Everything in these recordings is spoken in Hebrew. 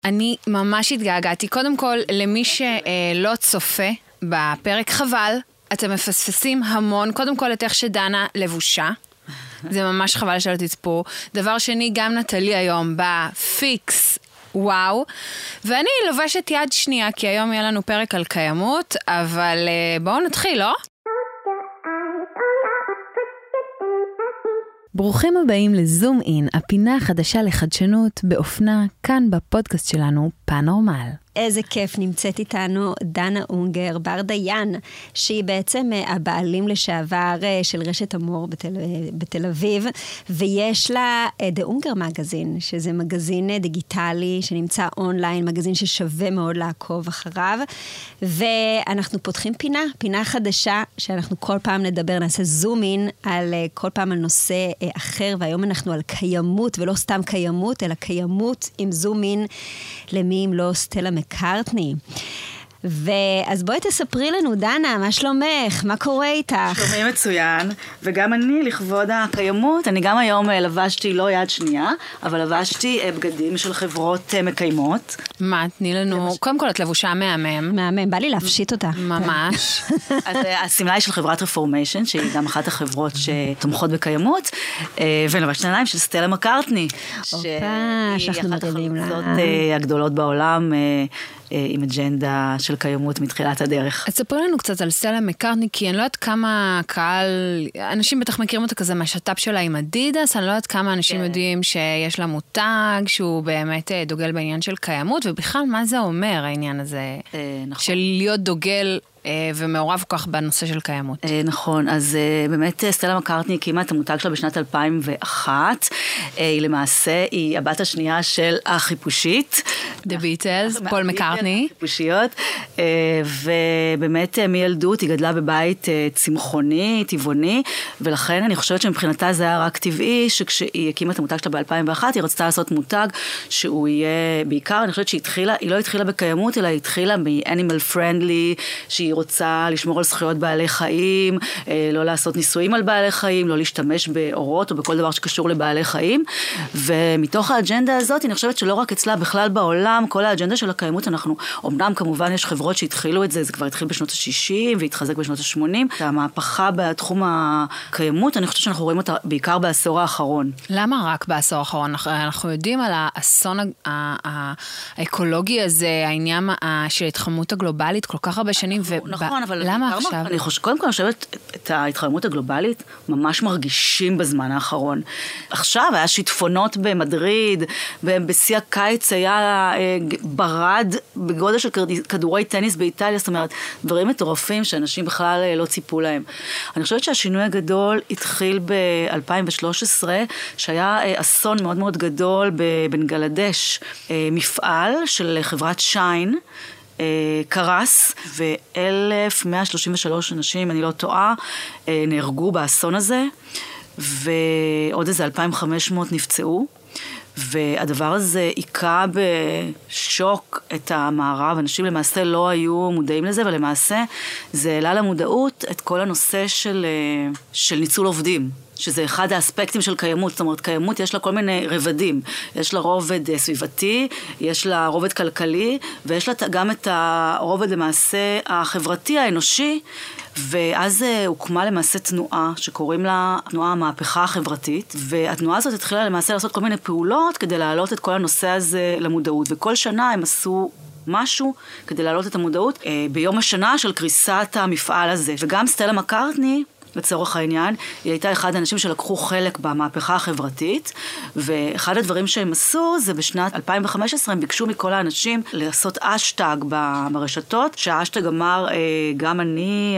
אני ממש התגעגעתי. קודם כל, למי שלא צופה בפרק חבל, אתם מפספסים המון. קודם כל, את איך שדנה לבושה. זה ממש חבל שלא תצפו. דבר שני, גם נטלי היום בפיקס, וואו. ואני לובשת יד שנייה, כי היום יהיה לנו פרק על קיימות, אבל בואו נתחיל, לא? ברוכים הבאים לזום אין, הפינה החדשה לחדשנות באופנה, כאן בפודקאסט שלנו, פאנורמל. איזה כיף, נמצאת איתנו דנה אונגר, בר דיין, שהיא בעצם הבעלים לשעבר של רשת אמור בתל אביב, ויש לה The Unger מגזין, שזה מגזין דיגיטלי שנמצא אונליין, מגזין ששווה מאוד לעקוב אחריו, ואנחנו פותחים פינה חדשה, שאנחנו כל פעם נדבר, נעשה זום אין על כל פעם על נושא אחר, והיום אנחנו על קיימות, ולא סתם קיימות, אלא קיימות עם זום אין, למי אם לא סטלה מקארטני. אז בואי תספרי לנו, דנה, מה שלומך? מה קורה איתך? שלומי מצוין, וגם אני לכבוד הקיימות, אני גם היום לבשתי לא יד שנייה, אבל לבשתי בגדים של חברות מקיימות. מה, תני לנו, קודם כל את לבושה מהמם. מהמם, בא לי להפשיט אותה. ממש. אז הסמלה היא של חברת רפורמיישן, שהיא גם אחת החברות שתומכות בקיימות, ולבשתי נעליים של סטלה מקארטני. שאנחנו מרימים לה. החברות הגדולות בעולם, עם אג'נדה של קיימות מתחילת הדרך. אז ספרי לנו קצת על סטלה מקארטני, כי אני לא יודעת כמה קהל, אנשים בטח מכירים אותה כזה מהשטאפ שלה עם אדידס, אני לא יודעת כמה אנשים יודעים שיש לה מותג, שהוא באמת דוגל בעניין של קיימות, ובכלל מה זה אומר העניין הזה, של להיות דוגל ומעורב כל כך בנושא של קיימות. נכון, אז באמת סטלה מקארטני הקימה את המותג שלה בשנת 2001, היא למעשה, היא הבת השנייה של החיפושית. The Beatles, פול מקארטני. חיפושיות, ובאמת מילדות היא גדלה בבית צמחוני, טבעוני, ולכן אני חושבת שמבחינתה זה היה רק טבעי, שכשהיא הקימה את המותג שלה ב-2001, היא רצתה לעשות מותג שהוא יהיה בעיקר, אני חושבת שהיא לא התחילה בקיימות, אלא היא התחילה מ-animal friendly, שהיא רוצה לשמור על זכויות בעלי חיים, לא לעשות ניסויים על בעלי חיים, לא להשתמש באורות או בכל דבר שקשור לבעלי חיים, ומתוך האג'נדה הזאת, אני חושבת שלא רק אצלה, בכלל בעולם, כל האג'נדה של הקיימות, אנחנו, אמנם כמובן יש חברות שהתחילו את זה, זה כבר התחיל בשנות ה-60 והתחזק בשנות ה-80, המהפכה בתחום הקיימות, אני חושבת שאנחנו רואים אותה בעיקר בעשור האחרון. למה רק בעשור האחרון? אנחנו יודעים על האסון האקולוגי הזה, העניין של התחממות הגלובלית כל כך הרבה שנים, נכון, אבל למה עכשיו? קודם כל אני חושבת את ההתחממות הגלובלית ממש מרגישים בזמן האחרון. עכשיו היה שיטפונות במדריד, בשיא הקיץ היה ברד בגודל של כדורי טניס באיטליה, זאת אומרת, דברים מטורפים שאנשים בכלל לא ציפו להם. אני חושבת שהשינוי הגדול התחיל ב-2013, שהיה אסון מאוד מאוד גדול בבנגלדש, מפעל של חברת שיין, קרס, ו-1,133 אנשים, אני לא טועה, נהרגו באסון הזה, ועוד איזה 2,500 נפצעו, והדבר הזה עיקה בשוק את המערב, אנשים למעשה לא היו מודעים לזה, ולמעשה זה העלה למודעות את כל הנושא של ניצול עובדים. שזה אחד האספקטים של קיימות, זאת אומרת, קיימות יש לה כל מיני רבדים, יש לה רובד סביבתי, יש לה רובד כלכלי, ויש לה גם את הרובד למעשה החברתי, האנושי, ואז הוקמה למעשה תנועה, שקוראים לה תנועה המהפכה החברתית, והתנועה הזאת התחילה למעשה לעשות כל מיני פעולות, כדי להעלות את כל הנושא הזה למודעות, וכל שנה הם עשו משהו כדי להעלות את המודעות, ביום השנה של קריסת המפעל הזה, וגם סטלה מקארטני, לצורך העניין, היא הייתה אחד האנשים שלקחו חלק במהפכה החברתית, ואחד הדברים שהם עשו, זה בשנת 2015, הם ביקשו מכל האנשים לעשות אשטג ברשתות, שהאשטג אמר, גם אני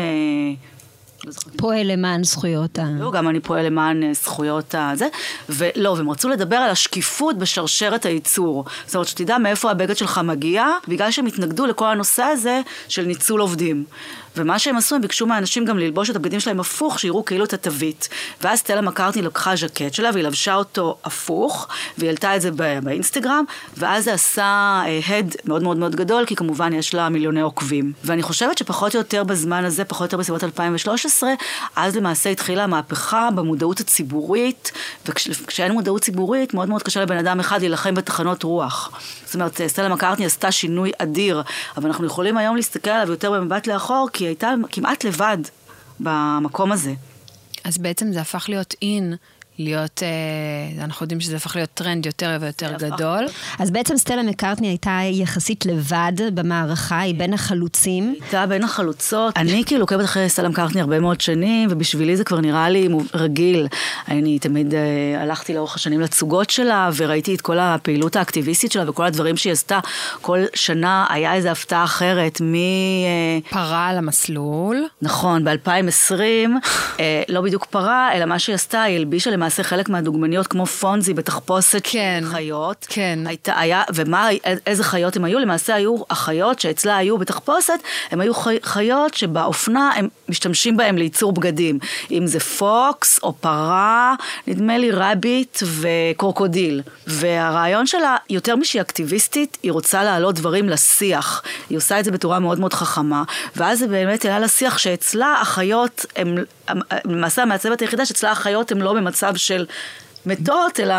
פועל למען זכויות לא, גם אני פועל למען זכויות הזה, ולא, והם רצו לדבר על השקיפות בשרשרת הייצור. זאת אומרת, שתדע מאיפה הבגד שלך מגיע, בגלל שהם התנגדו לכל הנושא הזה של ניצול עובדים. ומה שהם עשו, הם ביקשו מהאנשים גם ללבוש את הבגדים שלהם הפוך, שיראו כאילו את התווית. ואז סטלה מקארטני לקחה ז'קט שלה, והיא לבשה אותו הפוך, והיא העלתה את זה באינסטגרם, ואז זה עשה הד מאוד מאוד מאוד גדול, כי כמובן יש לה מיליוני עוקבים. ואני חושבת שפחות או יותר בזמן הזה, פחות או יותר בסביבות 2013, אז למעשה התחילה המהפכה במודעות הציבורית, וכשאין מודעות ציבורית, מאוד מאוד קשה לבן אדם אחד להילחם בתחנות רוח. זאת אומרת, סטלה מקארטני עשתה שינוי אדיר, אבל אנחנו יכולים היום להסתכל עליו יותר במבט לאחור, כי היא הייתה כמעט לבד במקום הזה. אז בעצם זה הפך להיות להיות, אנחנו יודעים שזה הפך להיות טרנד יותר ויותר גדול. אז בעצם סטלה מקארטני הייתה יחסית לבד במערכה, היא בין החלוצים. הייתה בין החלוצות. אני כאילו עוקבת אחרי סטלה מקארטני הרבה מאוד שנים, ובשבילי זה כבר נראה לי רגיל. אני תמיד הלכתי לאורך השנים לצוגות שלה, וראיתי את כל הפעילות האקטיביסטית שלה, וכל הדברים שהיא עשתה. כל שנה היה איזו הפתעה אחרת, פרה על המסלול. נכון, ב-2020, לא בדיוק פרה, אלא מה שהיא עשתה, היא הלבישה למעשה חלק מהדוגמניות כמו פונזי בתחפושת חיות. כן. איזה חיות הם היו? למעשה היו החיות שאצלה היו בתחפושת, הם היו חיות שבאופנה הם משתמשים בהם לייצור בגדים. אם זה פוקס או פרה, נדמה לי רביט וקורקודיל. והרעיון שלה, יותר משהיא אקטיביסטית, היא רוצה להעלות דברים לשיח. היא עושה את זה בצורה מאוד מאוד חכמה, ואז זה באמת היה לשיח שאצלה החיות הם, למעשה המעצבת היחידה שאצלה החיות הם לא במצב של מתות, אלא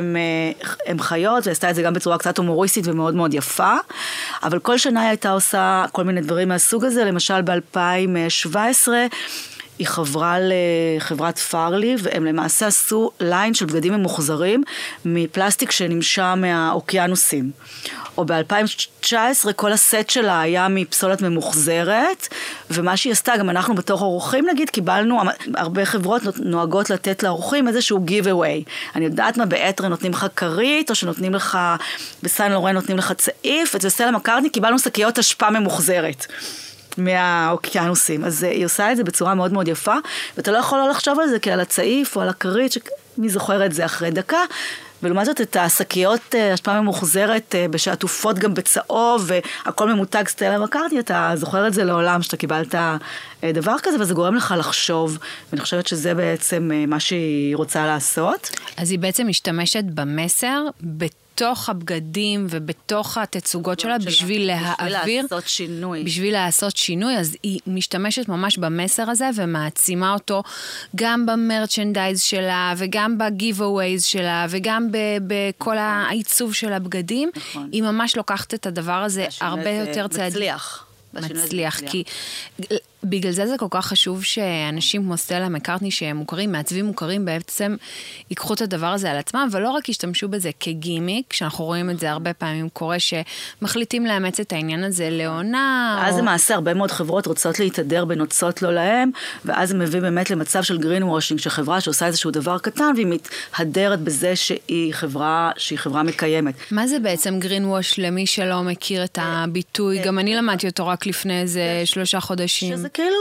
הם חיות, ועשתה את זה גם בצורה קצת הומוריסטית ומאוד מאוד יפה, אבל כל שנה היא הייתה עושה כל מיני דברים מהסוג הזה, למשל ב-2017, היא חברה לחברת פארלי, והם למעשה עשו ליין של בגדים ממוחזרים, מפלסטיק שנמשה מהאוקיינוסים. או ב-2019 כל הסט שלה היה מפסולת ממוחזרת, ומה שהיא עשתה, גם אנחנו בתוך האורחים נגיד, קיבלנו, הרבה חברות נוהגות לתת לאורחים איזשהו giveaway. אני יודעת מה, באתר נותנים לך כרית, או שנותנים לך, בסן לורן נותנים לך צעיף, אצל סטלה מקארטני קיבלנו שקיות אשפה ממוחזרת. מהאוקיינוסים. אז היא עושה את זה בצורה מאוד מאוד יפה, ואתה לא יכול לחשוב על זה כי על הצעיף או על הכרית, מי זוכר את זה אחרי דקה, ולעומת זאת את השקיות השפעה ממוחזרת שעטופות גם בצהוב, והכל ממותג סטלה מקארטני, אתה זוכר את זה לעולם שאתה קיבלת דבר כזה, וזה גורם לך לחשוב, ואני חושבת שזה בעצם מה שהיא רוצה לעשות. אז היא בעצם משתמשת במסר, בתוך הבגדים ובתוך התצוגות שלה בשביל לעשות שינוי. בשביל לעשות שינוי, אז היא משתמשת ממש במסר הזה ומעצימה אותו גם במרצ'נדייז שלה וגם בגיבווייז שלה וגם בכל העיצוב של הבגדים. נכון. היא ממש לוקחת את הדבר הזה הרבה יותר צעדים. מצליח, כי בגלל זה כל כך חשוב שאנשים כמו סטלה מקארטני שהם מוכרים, מעצבים מוכרים, בעצם ייקחו את הדבר הזה על עצמם, ולא רק ישתמשו בזה כגימיק, שאנחנו רואים את זה הרבה פעמים קורה, שמחליטים לאמץ את העניין הזה לעונה. אז למעשה הרבה מאוד חברות רוצות להתהדר בנוצות לא להם, ואז זה מביא באמת למצב של גרין וושינג, שחברה שעושה איזשהו דבר קטן, והיא מתהדרת בזה שהיא חברה מקיימת. מה זה בעצם גרין ווש למי שלא מכיר את הביטוי? גם אני למדתי אותו רק לפני איזה 3 חודשים. שזה כאילו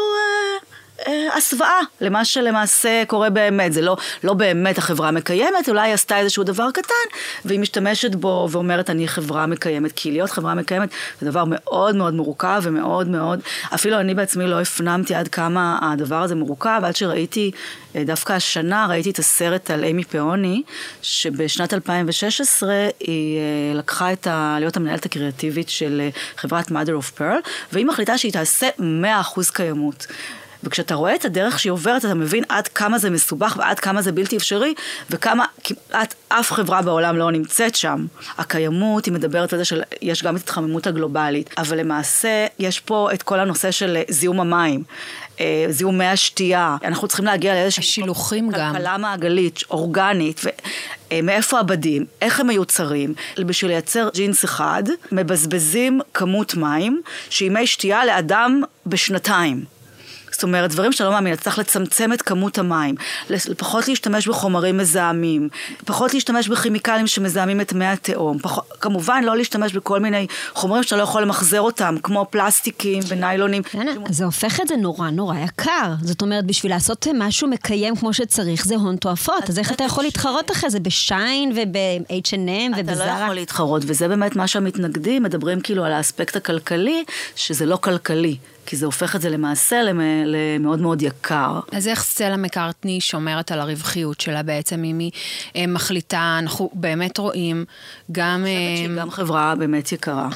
הסוואה למה שלמעשה קורה באמת. זה לא באמת החברה מקיימת, אולי היא עשתה איזשהו דבר קטן, והיא משתמשת בו ואומרת אני חברה מקיימת, כי להיות חברה מקיימת זה דבר מאוד מאוד מורכב ומאוד מאוד, אפילו אני בעצמי לא הפנמתי עד כמה הדבר הזה מורכב, עד שראיתי, דווקא השנה ראיתי את הסרט על אימי פאוני, שבשנת 2016 היא לקחה להיות המנהלת הקריאטיבית של חברת Mother of Pearl, והיא מחליטה שהיא תעשה 100% קיימות. וכשאתה רואה את הדרך שהיא עוברת, אתה מבין עד כמה זה מסובך ועד כמה זה בלתי אפשרי, וכמה כמעט אף חברה בעולם לא נמצאת שם. הקיימות, היא מדברת על זה שיש גם את התחממות הגלובלית, אבל למעשה יש פה את כל הנושא של זיהום המים, זיהום מי השתייה. אנחנו צריכים להגיע לאיזושהי השילוחים גם. כלכלה מעגלית, אורגנית, מאיפה הבדים, איך הם מיוצרים. בשביל לייצר ג'ינס אחד, מבזבזים כמות מים, שהיא מי שתייה לאדם בשנתיים. זאת אומרת, דברים שאתה לא מאמין, צריך לצמצם את כמות המים, פחות להשתמש בחומרים מזהמים, פחות להשתמש בכימיקלים שמזהמים את מי התהום, כמובן לא להשתמש בכל מיני חומרים שאתה לא יכול למחזר אותם, כמו פלסטיקים וניילונים. זה הופך את זה נורא נורא יקר. זאת אומרת, בשביל לעשות משהו מקיים כמו שצריך, זה הון תועפות. אז איך אתה יכול להתחרות אחרי זה בשיין וב-H&M ובזרה? אתה לא יכול להתחרות, וזה באמת מה שהמתנגדים מדברים כאילו על האספקט הכלכלי, שזה לא כלכלי. כי זה הופך את זה למעשה למאוד מאוד יקר. אז איך סטלה מקארטני שומרת על הרווחיות שלה בעצם, אם היא מחליטה, אנחנו באמת רואים גם... גם חברה באמת יקרה.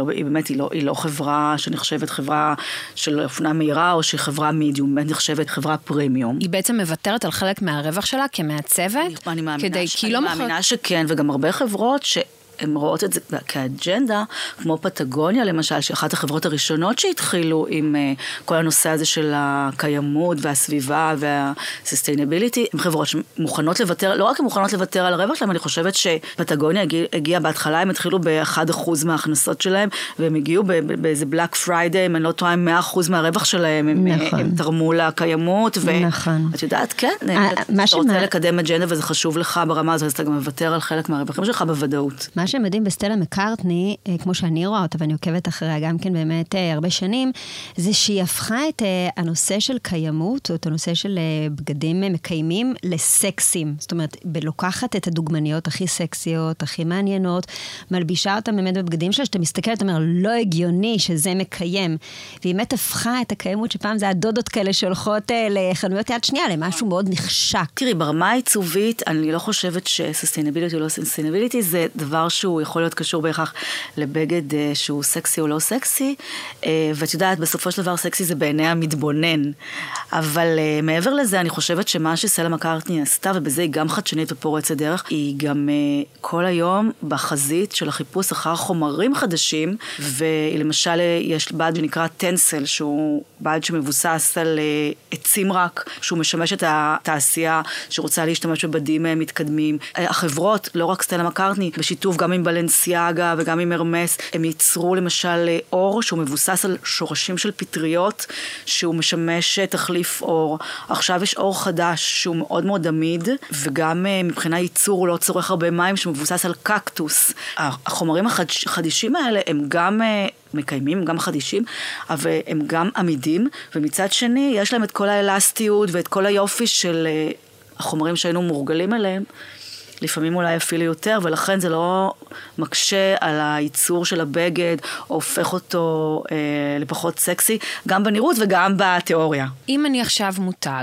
היא לא חברה שנחשבת חברה של אופנה מהירה, או שהיא חברה מידיום, באמת נחשבת חברה פרימיום. היא בעצם מוותרת על חלק מהרווח שלה כמעצבת? אני מאמינה שכן, וגם הרבה חברות הן רואות את זה כאג'נדה, כמו פטגוניה למשל, שאחת החברות הראשונות שהתחילו עם כל הנושא הזה של הקיימות והסביבה והסוסטיינביליטי, הן חברות שמוכנות לוותר, לא רק הן מוכנות לוותר על הרווח שלהם, אני חושבת שפטגוניה הגיעה בהתחלה, הם התחילו ב1% מההכנסות שלהם, והם הגיעו באיזה בלאק פריידיי, אם אני לא טועה, 100% מהרווח שלהם, הם תרמו לקיימות, ואת יודעת, כן, אתה רוצה לקדם אג'נדה וזה חשוב לך ברמה הזאת, אז אתה גם מוותר על חלק מהרווחים שלך בוודאות. מה שמדהים בסטלה מקארטני, כמו שאני רואה אותה, ואני עוקבת אחריה גם כן באמת הרבה שנים, זה שהיא הפכה את הנושא של קיימות, או את הנושא של בגדים מקיימים, לסקסים. זאת אומרת, בלוקחת את הדוגמניות הכי סקסיות, הכי מעניינות, מלבישה אותם באמת בבגדים שלה, שאתה מסתכל, אתה אומר, לא הגיוני שזה מקיים. והיא באמת הפכה את הקיימות, שפעם זה הדודות כאלה שהולכות לחנויות יד שנייה, למשהו מאוד נחשק. תראי, ברמה העיצובית, אני לא חושבת שסוסטיינביליטי או לא סוסטיינביליטי, זה דבר שהוא יכול להיות קשור בהכרח לבגד שהוא סקסי או לא סקסי, ואת יודעת, בסופו של דבר סקסי זה בעיני המתבונן, אבל מעבר לזה אני חושבת שמה שסטלה מקארטני עשתה, ובזה היא גם חדשנית ופורצת דרך, היא גם כל היום בחזית של החיפוש אחר חומרים חדשים, ולמשל יש בד שנקרא טנסל, שהוא בד שמבוסס על עצים רק, שהוא משמש את התעשייה שרוצה להשתמש בבדים מתקדמים. החברות, לא רק סטלה מקארטני, בשיתוף גם עם בלנסיאגה וגם עם הרמס, הם ייצרו למשל אור שהוא מבוסס על שורשים של פטריות, שהוא משמש תחליף אור. עכשיו יש אור חדש שהוא מאוד מאוד עמיד, וגם מבחינה ייצור הוא לא צורך הרבה מים, שמבוסס על קקטוס. החומרים החדישים האלה הם גם מקיימים, הם גם חדישים, אבל הם גם עמידים, ומצד שני יש להם את כל האלסטיות ואת כל היופי של החומרים שהיינו מורגלים אליהם, לפעמים אולי אפילו יותר, ולכן זה לא מקשה על הייצור של הבגד, או הופך אותו לפחות סקסי, גם בנראות וגם בתיאוריה. אם אני עכשיו מותג,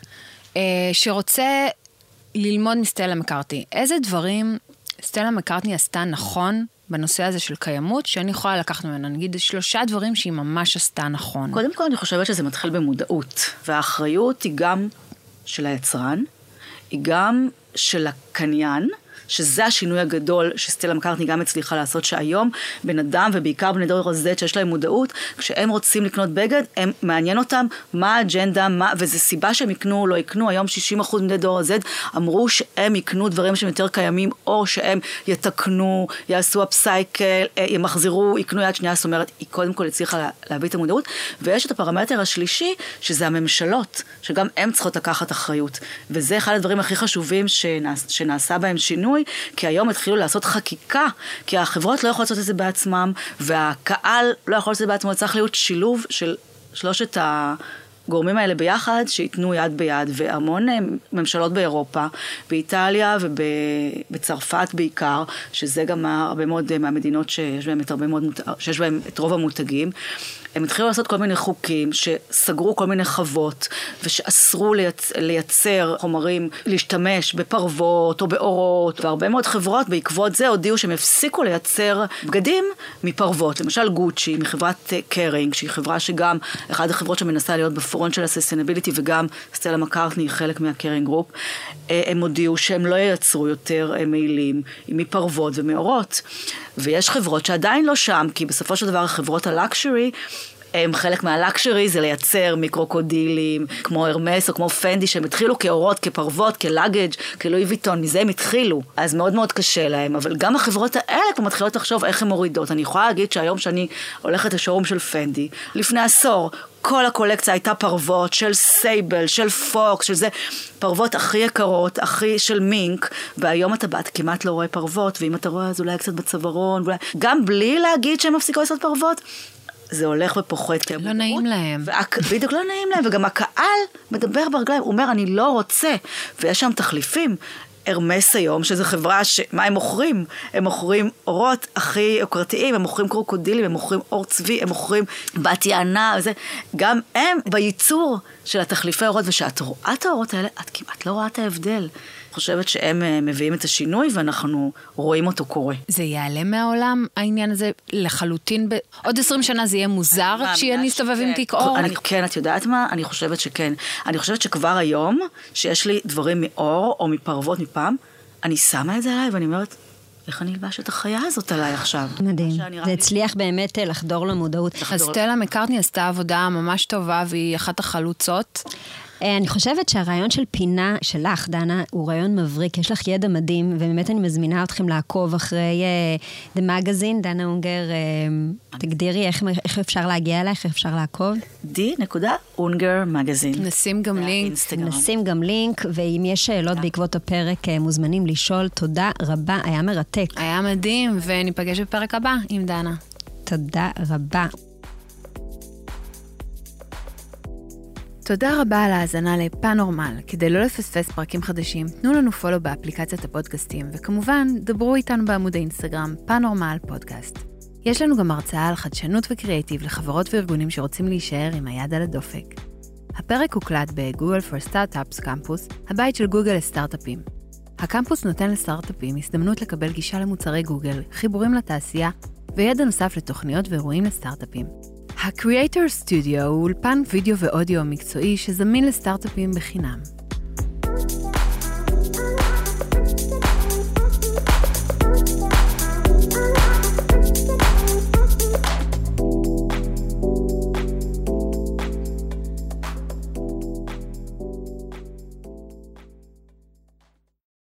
שרוצה ללמוד מסטלה מקארטני, איזה דברים סטלה מקארטני עשתה נכון בנושא הזה של קיימות, שאני יכולה לקחת ממנו, נגיד 3 דברים שהיא ממש עשתה נכון. קודם כל אני חושבת שזה מתחיל במודעות, והאחריות היא גם של היצרן, היא גם של הקניין, שזה השינוי הגדול שסטלה מקארטני גם הצליחה לעשות, שהיום בן אדם ובעיקר בני דור Z שיש להם מודעות, כשהם רוצים לקנות בגד, הם מעניין אותם מה האג'נדה, וזה סיבה שהם יקנו, לא יקנו, היום 60% בני דור Z אמרו שהם יקנו דברים שהם יותר קיימים, או שהם יתקנו, יעשו אפסייקל, ימחזרו, יקנו יד שנייה, זאת אומרת, היא קודם כל הצליחה להביא את המודעות, ויש את הפרמטר השלישי, שזה הממשלות, שגם הם צריכות לקחת אחריות, וזה אחד הדברים הכי חשובים שנעשה בהם שינוי, כי היום התחילו לעשות חקיקה, כי החברות לא יכולות לעשות את זה בעצמם, והקהל לא יכול לעשות את זה בעצמו, צריך להיות שילוב של 3 הגורמים האלה ביחד, שיתנו יד ביד, והמון ממשלות באירופה, באיטליה ובצרפת בעיקר, שזה גם הרבה מאוד מהמדינות שיש בהם את רוב המותגים, הם התחילו לעשות כל מיני חוקים שסגרו כל מיני חוות ושאסרו לייצר חומרים, להשתמש בפרוות או באורות, והרבה מאוד חברות בעקבות זה הודיעו שהם הפסיקו לייצר בגדים מפרוות. למשל גוצ'י, מחברת קרינג, שהיא חברה שגם אחת החברות שמנסה להיות בפרונט של הסוסטיינביליטי, וגם סטלה מקארטני היא חלק מהקרינג גרופ, הם הודיעו שהם לא ייצרו יותר מעילים מפרוות ומאורות. ויש חברות שעדיין לא שם, כי בסופו של דבר החברות הלקשרי, הם חלק מהלקשרי, זה לייצר מקרוקודילים, כמו הרמס או כמו פנדי, שהם התחילו כאורות, כפרוות, כלאגג', כלואי ויטון, מזה הם התחילו. אז מאוד מאוד קשה להם, אבל גם החברות האלה כבר מתחילות לחשוב איך הן מורידות. אני יכולה להגיד שהיום שאני הולכת לשורום של פנדי, לפני עשור, כל הקולקציה הייתה פרוות של סייבל, של פוקס, של זה, פרוות הכי יקרות, הכי של מינק, והיום אתה כמעט לא רואה פרוות, ואם אתה רואה אז אולי קצת בצווארון, גם בלי להגיד שהם מפסיקו לעשות פרוות, זה הולך ופוחת. לא נעים להם. בדיוק לא נעים להם, וגם הקהל מדבר ברגליים, הוא אומר, אני לא רוצה, ויש שם תחליפים. הרמס היום, שזו חברה מה הם מוכרים? הם מוכרים אורות הכי יוקרתיים, הם מוכרים קרוקודילים, הם מוכרים אור צבי, הם מוכרים בת יענה, וזה. גם הם בייצור של התחליפי אורות, ושאת רואה את האורות האלה, את כמעט לא רואה את ההבדל. חושבת שהם מביאים את השינוי, ואנחנו רואים אותו קורה. זה יעלה מהעולם, העניין הזה, לחלוטין, עוד 20 שנה זה יהיה מוזר, שיהיה נסתובב עם תיק אור? כן, את יודעת מה? אני חושבת שכן. אני חושבת שכבר היום, שיש לי דברים מאור, או מפרוות מפעם, אני שמה את זה עליי, ואני אומרת, איך אני אלבש את החיה הזאת עליי עכשיו? מדהים. זה הצליח באמת לחדור למודעות. אז סטלה מקרטני עשתה עבודה ממש טובה, והיא אחת החלוצות. אני חושבת שהרעיון של פינה שלך, דנה, הוא רעיון מבריק. יש לך ידע מדהים, ובאמת אני מזמינה אתכם לעקוב אחרי The Magazine, דנה אונגר, תגדירי איך אפשר להגיע אליך, איך אפשר לעקוב? D.Unger Magazine. נשים גם לינק. נשים גם לינק, ואם יש שאלות בעקבות הפרק, מוזמנים לשאול. תודה רבה, היה מרתק. היה מדהים, וניפגש בפרק הבא עם דנה. תודה רבה. תודה רבה על ההאזנה לפאנורמל. כדי לא לפספס פרקים חדשים, תנו לנו פולו באפליקציית הפודקאסטים, וכמובן, דברו איתנו בעמוד האינסטגרם, פאנורמל פודקאסט. יש לנו גם הרצאה על חדשנות וקריאטיב לחברות וארגונים שרוצים להישאר עם היד על הדופק. הפרק הוקלט בגוגל for Startups קמפוס, הבית של גוגל לסטארט-אפים. הקמפוס נותן לסטארט-אפים הזדמנות לקבל גישה למוצרי גוגל, חיבורים לתעשייה, וידע נוסף לתוכניות ואירועים לסטארט-אפים. ה-Creator Studio הוא אולפן וידאו ואודיו מקצועי שזמין לסטארט-אפים בחינם.